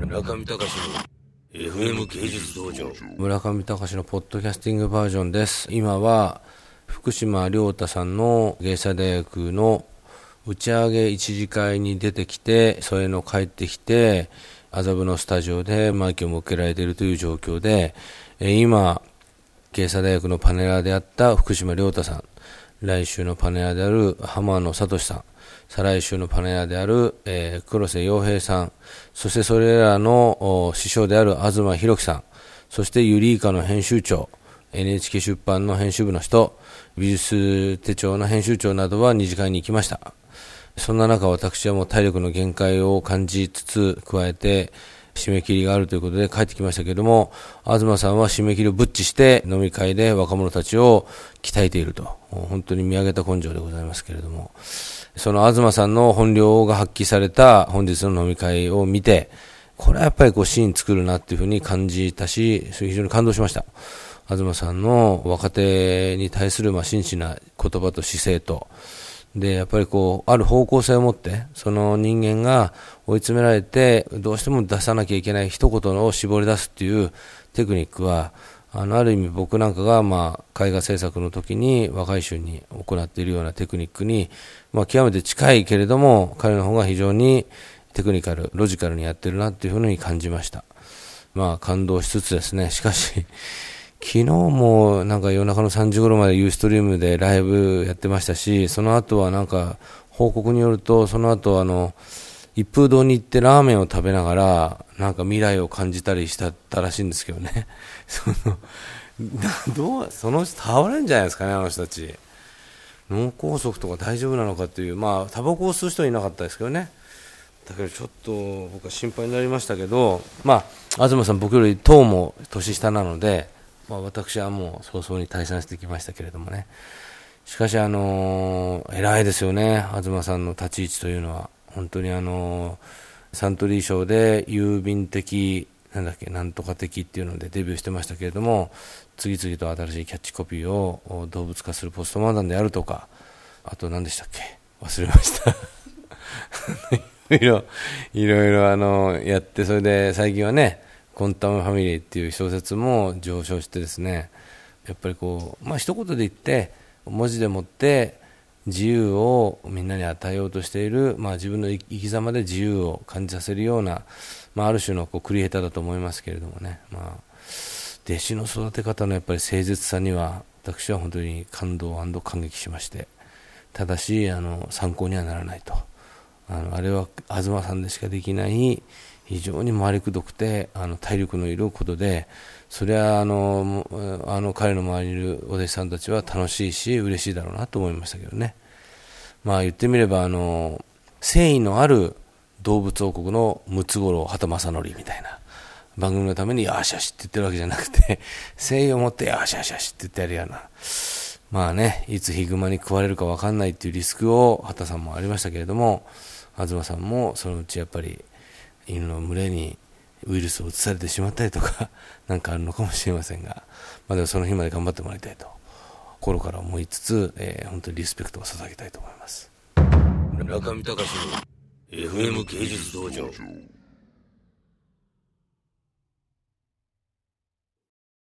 村上隆の FM 芸術道場。 村上隆のポッドキャスティングバージョンです。今は福島亮太さんの芸者大学の打ち上げ一次会に出てきて、それの帰ってきて麻布のスタジオでマイクを向けられているという状況で、今芸者大学のパネラーであった福島亮太さん、来週のパネラーである浜野聡さん、再来週のパネラーである、黒瀬洋平さん、そしてそれらの師匠である東博樹さん、そしてユリイカの編集長、NHK 出版の編集部の人、美術手帳の編集長などは二次会に行きました。そんな中、私はもう体力の限界を感じつつ、加えて締め切りがあるということで帰ってきましたけれども、東さんは締め切りをぶっちして飲み会で若者たちを鍛えていると、本当に見上げた根性でございますけれども、その東さんの本領が発揮された本日の飲み会を見て、これはやっぱりシーン作るなっていうふうに感じたし、非常に感動しました。東さんの若手に対する真摯な言葉と姿勢と、でやっぱりある方向性を持って、その人間が追い詰められてどうしても出さなきゃいけない一言を絞り出すっていうテクニックは、ある意味僕なんかが絵画制作の時に若い衆に行っているようなテクニックに、極めて近いけれども、彼の方が非常にテクニカル、ロジカルにやってるなっていうふうに感じました。感動しつつですね、しかし昨日も夜中の3時頃までユーストリームでライブやってましたし、その後は報告によると、その後一風堂に行ってラーメンを食べながら未来を感じたりしたらしいんですけどね。その人倒れるんじゃないですかね、あの人たち。脳梗塞とか大丈夫なのかっていう、タバコを吸う人はいなかったですけどね。だけどちょっと僕は心配になりましたけど、東さん僕より10も年下なので、私はもう早々に退散してきましたけれどもね。しかし偉いですよね、東さんの立ち位置というのは。本当にサントリー賞で郵便的なんとか的っていうのでデビューしてましたけれども、次々と新しいキャッチコピーを動物化するポストマダンであるとか、あと何でしたっけ、忘れましたいろいろやって、それで最近はね、コンタムファミリーっていう小説も上昇してですね、やっぱり一言で言って文字でもって自由をみんなに与えようとしている、自分の生き様で自由を感じさせるような、ある種のクリエイターだと思いますけれどもね、弟子の育て方のやっぱり誠実さには私は本当に感動&感激しまして、ただし参考にはならないと、あれは東さんでしかできない非常に回りくどくて体力のいることで、それは彼の周りにいるお弟子さんたちは楽しいし嬉しいだろうなと思いましたけどね。言ってみれば誠意のある動物王国のムツゴロウ畑正則みたいな番組のためによしよしって言ってるわけじゃなくて、誠意を持ってよしよしよしって言ってやるような、いつヒグマに食われるか分かんないっていうリスクを畑さんもありましたけれども、東さんもそのうちやっぱり犬の群れにウイルスを移されてしまったりとかあるのかもしれませんが、でもその日まで頑張ってもらいたいと心から思いつつ、本当にリスペクトを捧げたいと思います。 村上隆の FM 芸術道場。